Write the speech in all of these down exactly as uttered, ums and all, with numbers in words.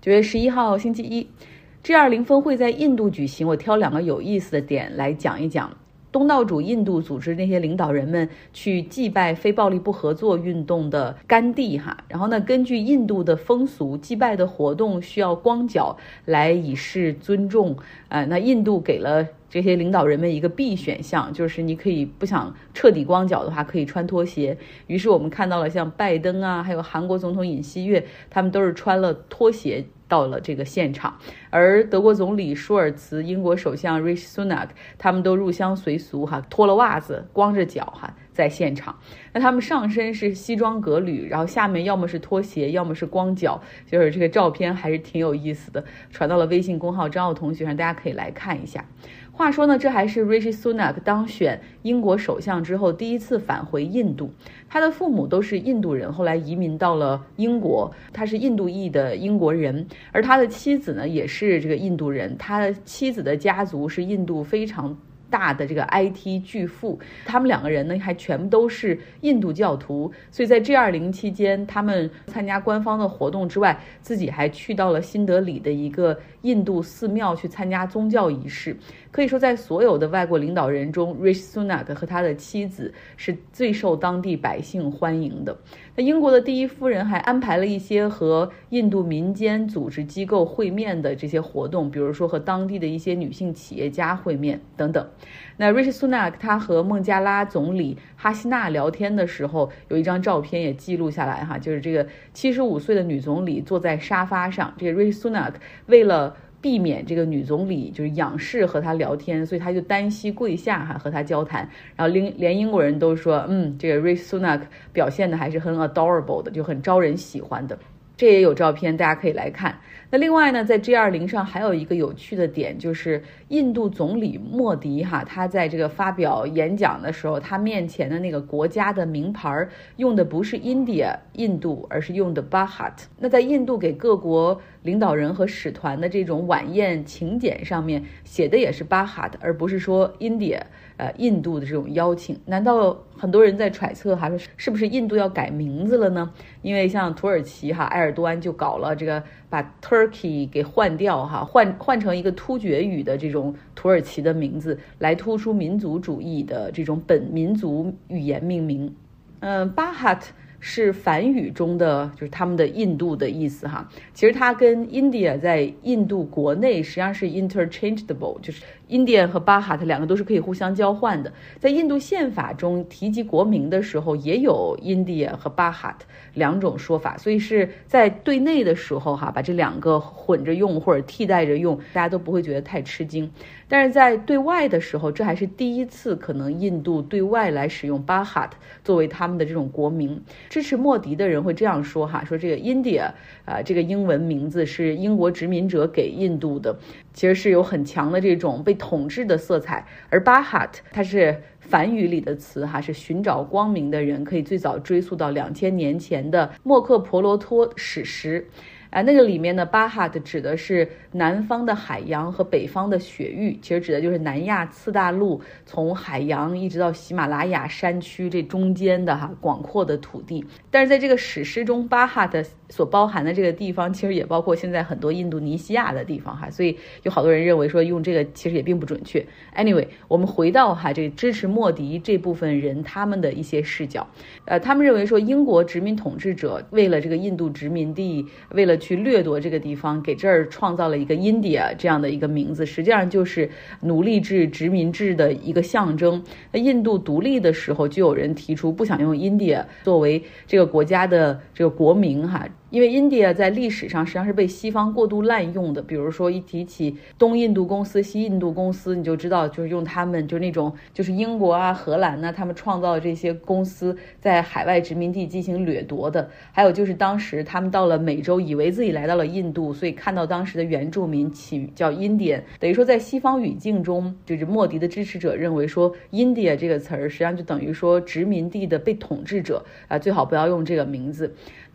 九月十一号星期一 G 二十 峰会在印度举行，我挑两个有意思的点来讲一讲。东道主印度组织那些领导人们去祭拜非暴力不合作运动的甘地哈，然后呢，根据印度的风俗，祭拜的活动需要光脚来以示尊重。呃，那印度给了这些领导人们一个 B 选项，就是你可以不想彻底光脚的话，可以穿拖鞋。于是我们看到了像拜登啊，还有韩国总统尹锡悦，他们都是穿了拖鞋到了这个现场，而德国总理舒尔茨、英国首相 Rishi Sunak 他们都入乡随俗哈，脱了袜子，光着脚哈，在现场。那他们上身是西装革履，然后下面要么是拖鞋，要么是光脚，就是这个照片还是挺有意思的，传到了微信公号张奥同学上，大家可以来看一下。话说呢，这还是 Rishi Sunak 当选英国首相之后第一次返回印度。他的父母都是印度人，后来移民到了英国，他是印度裔的英国人，而他的妻子呢也是这个印度人，他的妻子的家族是印度非常大的这个 I T 巨富，他们两个人呢还全部都是印度教徒，所以在 G 二十 期间，他们参加官方的活动之外，自己还去到了新德里的一个印度寺庙去参加宗教仪式。可以说在所有的外国领导人中 Rishi Sunak 和他的妻子是最受当地百姓欢迎的。那英国的第一夫人还安排了一些和印度民间组织机构会面的这些活动，比如说和当地的一些女性企业家会面等等。那 Rishi Sunak 他和孟加拉总理哈希娜聊天的时候，有一张照片也记录下来哈，就是这个七十五岁的女总理坐在沙发上，这个 Rishi Sunak 为了避免这个女总理就是仰视和他聊天，所以他就单膝跪下哈和他交谈，然后连连英国人都说，嗯，这个 Rishi Sunak 表现的还是很 adorable 的，就很招人喜欢的。这也有照片，大家可以来看。那另外呢，在 G 二十 上还有一个有趣的点，就是印度总理莫迪哈，他在这个发表演讲的时候，他面前的那个国家的名牌用的不是 India 印度，而是用的 Bharat。那在印度给各国领导人和使团的这种晚宴请柬上面写的也是 Bharat， 而不是说 India 呃印度的这种邀请。难道很多人在揣测哈，说是不是印度要改名字了呢？因为像土耳其哈，埃尔多安就搞了这个把 Turkey 给换掉哈，换换成一个突厥语的这种土耳其的名字，来突出民族主义的这种本民族语言命名。嗯 Bharat 是梵语中的就是他们的印度的意思哈，其实它跟 India 在印度国内实际上是 interchangeable， 就是 India 和 Bharat 两个都是可以互相交换的。在印度宪法中提及国名的时候，也有 India 和 Bharat 两种说法，所以是在对内的时候哈，把这两个混着用或者替代着用，大家都不会觉得太吃惊。但是在对外的时候，这还是第一次可能印度对外来使用 Bharat 作为他们的这种国名。支持莫迪的人会这样说哈，说这个 India 啊、呃，这个英文名字是英国殖民者给印度的，其实是有很强的这种被统治的色彩。而 Bharat 它是梵语里的词哈，是寻找光明的人，可以最早追溯到两千年前的莫克婆罗托史诗。啊，那个里面呢 Bharat 指的是南方的海洋和北方的雪域，其实指的就是南亚次大陆从海洋一直到喜马拉雅山区这中间的哈广阔的土地。但是在这个史诗中 Bharat 所包含的这个地方，其实也包括现在很多印度尼西亚的地方哈，所以有好多人认为说用这个其实也并不准确。Anyway， 我们回到哈这个支持莫迪这部分人他们的一些视角，呃，他们认为说英国殖民统治者为了这个印度殖民地，为了去掠夺这个地方，给这儿创造了一个 India 这样的一个名字，实际上就是奴隶制殖民制的一个象征。那印度独立的时候，就有人提出不想用 India 作为这个国家的这个国名哈，因为 India 在历史上实际上是被西方过度滥用的。比如说一提起东印度公司、西印度公司，你就知道就是用他们就那种就是英国啊、荷兰呢、啊，他们创造的这些公司在海外殖民地进行掠夺的。还有就是当时他们到了美洲，以为自己来到了印度，所以看到当时的原住民起叫 Indian， 等于说在西方语境中，就是莫迪的支持者认为说 India 这个词儿实际上就等于说殖民地的被统治者啊，最好不要用这个名字。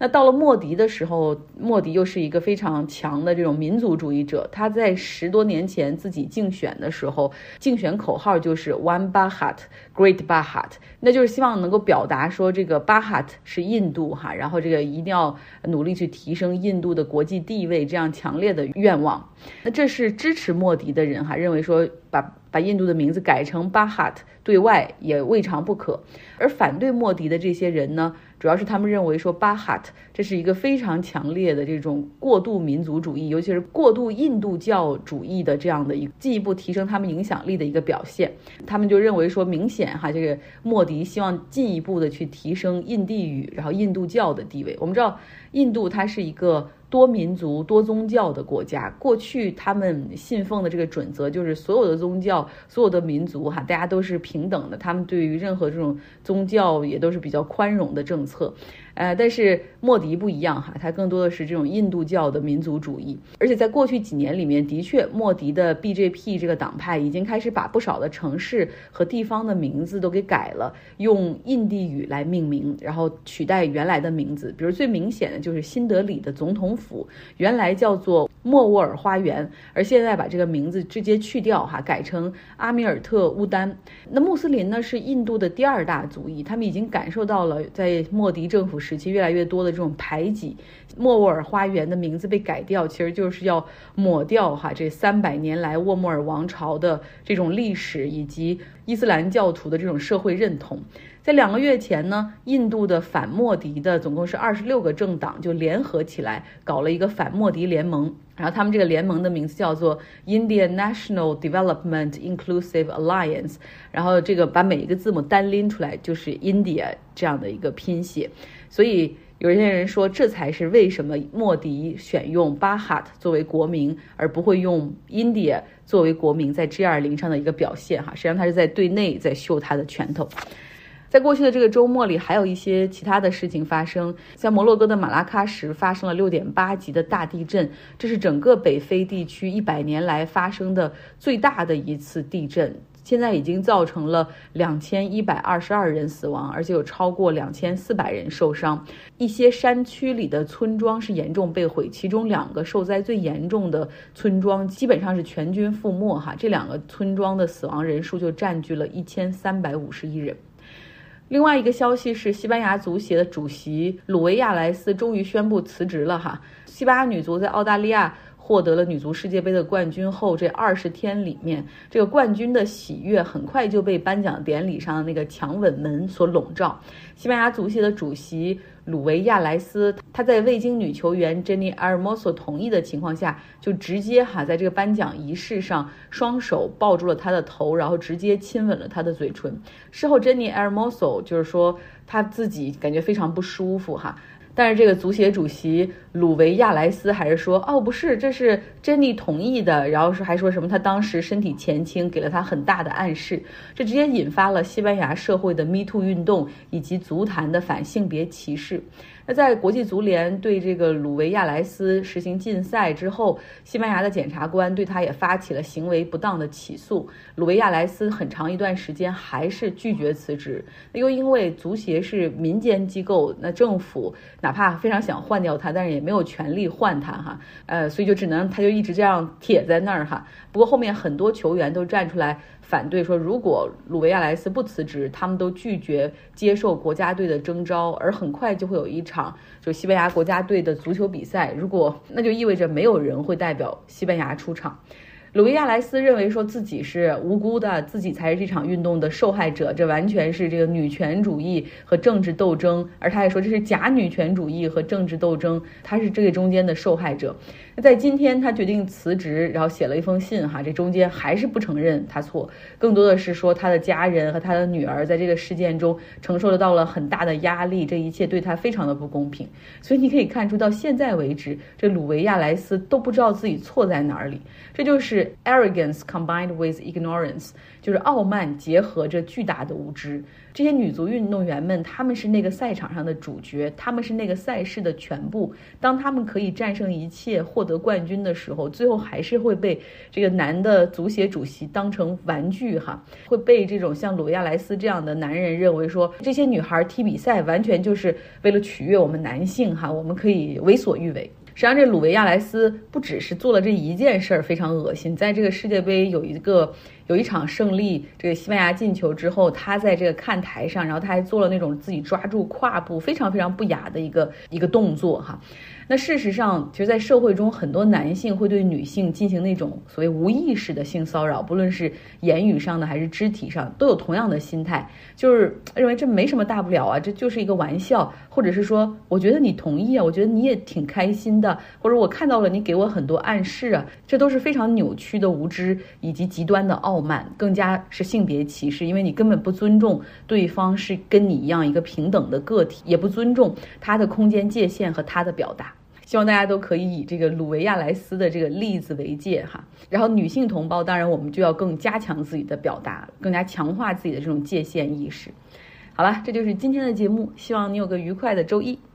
那到了莫迪的时候，莫迪又是一个非常强的这种民族主义者。他在十多年前自己竞选的时候，竞选口号就是 One Bharat, Great Bharat， 那就是希望能够表达说这个 Bharat 是印度哈，然后这个一定要努力去提升印度的国际地位，这样强烈的愿望。那这是支持莫迪的人哈，认为说把把印度的名字改成 Bharat 对外也未尝不可。而反对莫迪的这些人呢，主要是他们认为说 Bharat 这是一个非常强烈的这种过度民族主义，尤其是过度印度教主义的这样的一个进一步提升他们影响力的一个表现。他们就认为说明显哈，这个莫迪希望进一步的去提升印地语然后印度教的地位。我们知道印度它是一个多民族多宗教的国家，过去他们信奉的这个准则就是所有的宗教所有的民族哈，大家都是平等的，他们对于任何这种宗教也都是比较宽容的政策。呃，但是莫迪不一样哈，他更多的是这种印度教的民族主义，而且在过去几年里面，的确莫迪的 B J P 这个党派已经开始把不少的城市和地方的名字都给改了，用印地语来命名，然后取代原来的名字。比如最明显的就是新德里的总统府，原来叫做莫卧尔花园，而现在把这个名字直接去掉哈，改成阿米尔特乌丹。那穆斯林呢是印度的第二大族裔，他们已经感受到了在莫迪政府时期越来越多的这种排挤，莫卧尔花园的名字被改掉，其实就是要抹掉哈这三百年来沃莫尔王朝的这种历史以及伊斯兰教徒的这种社会认同。在两个月前呢，印度的反莫迪的总共是二十六个政党就联合起来搞了一个反莫迪联盟，然后他们这个联盟的名字叫做 Indian National Development Inclusive Alliance， 然后这个把每一个字母单拎出来就是 India 这样的一个拼写。所以有些人说这才是为什么莫迪选用 Bharat 作为国名而不会用 India 作为国名在 G 二十 上的一个表现哈，实际上他是在对内在秀他的拳头。在过去的这个周末里，还有一些其他的事情发生。在摩洛哥的马拉喀什发生了 六点八 级的大地震，这是整个北非地区一百年来发生的最大的一次地震。现在已经造成了两千一百二十二人死亡，而且有超过两千四百人受伤。一些山区里的村庄是严重被毁，其中两个受灾最严重的村庄基本上是全军覆没哈，这两个村庄的死亡人数就占据了一千三百五十一人。另外一个消息是，西班牙足协的主席鲁维亚莱斯终于宣布辞职了哈。西班牙女足在澳大利亚获得了女足世界杯的冠军后，这二十天里面，这个冠军的喜悦很快就被颁奖典礼上的那个强吻门所笼罩。西班牙足协的主席鲁维亚莱斯，他在未经女球员 Jenny Hermoso 同意的情况下，就直接哈在这个颁奖仪式上双手抱住了她的头，然后直接亲吻了她的嘴唇。事后 Jenny Hermoso 就是说她自己感觉非常不舒服哈。但是这个足协主席鲁维亚莱斯还是说，哦，不是，这是珍妮同意的，然后是还说什么他当时身体前倾，给了他很大的暗示，这直接引发了西班牙社会的 Me Too 运动以及足坛的反性别歧视。那在国际足联对这个鲁维亚莱斯实行禁赛之后，西班牙的检察官对他也发起了行为不当的起诉。鲁维亚莱斯很长一段时间还是拒绝辞职，又因为足协是民间机构，那政府哪怕非常想换掉他，但是也没有权利换他哈，呃，所以就只能他就一直这样铁在那儿哈。不过后面很多球员都站出来反对说，如果鲁维亚莱斯不辞职，他们都拒绝接受国家队的征召，而很快就会有一场就西班牙国家队的足球比赛，如果那就意味着没有人会代表西班牙出场。鲁维亚莱斯认为说自己是无辜的，自己才是这场运动的受害者，这完全是这个女权主义和政治斗争，而他也说这是假女权主义和政治斗争，他是这个中间的受害者。在今天他决定辞职，然后写了一封信哈，这中间还是不承认他错，更多的是说他的家人和他的女儿在这个事件中承受到了很大的压力，这一切对他非常的不公平。所以你可以看出到现在为止，这鲁维亚莱斯都不知道自己错在哪里，这就是 arrogance combined with ignorance， 就是傲慢结合着巨大的无知。 这些女足运动员们，她们是那个赛场上的主角，她们是那个赛事的全部。当她们可以战胜一切，获得冠军的时候，最后还是会被这个男的足协主席当成玩具哈，会被这种像鲁维亚莱斯这样的男人认为说，这些女孩踢比赛完全就是为了取悦我们男性哈，我们可以为所欲为。实际上，这鲁维亚莱斯不只是做了这一件事儿非常恶心，在这个世界杯有一个有一场胜利，这个西班牙进球之后，他在这个看台上，然后他还做了那种自己抓住胯部非常非常不雅的一个一个动作哈。那事实上，其实，在社会中，很多男性会对女性进行那种所谓无意识的性骚扰，不论是言语上的还是肢体上，都有同样的心态，就是认为这没什么大不了啊，这就是一个玩笑，或者是说，我觉得你同意啊，我觉得你也挺开心的，或者我看到了你给我很多暗示啊，这都是非常扭曲的无知以及极端的傲慢，更加是性别歧视，因为你根本不尊重对方是跟你一样一个平等的个体，也不尊重他的空间界限和他的表达。希望大家都可以以这个鲁维亚莱斯的这个例子为戒哈。然后女性同胞，当然我们就要更加强自己的表达，更加强化自己的这种界限意识。好了，这就是今天的节目，希望你有个愉快的周一。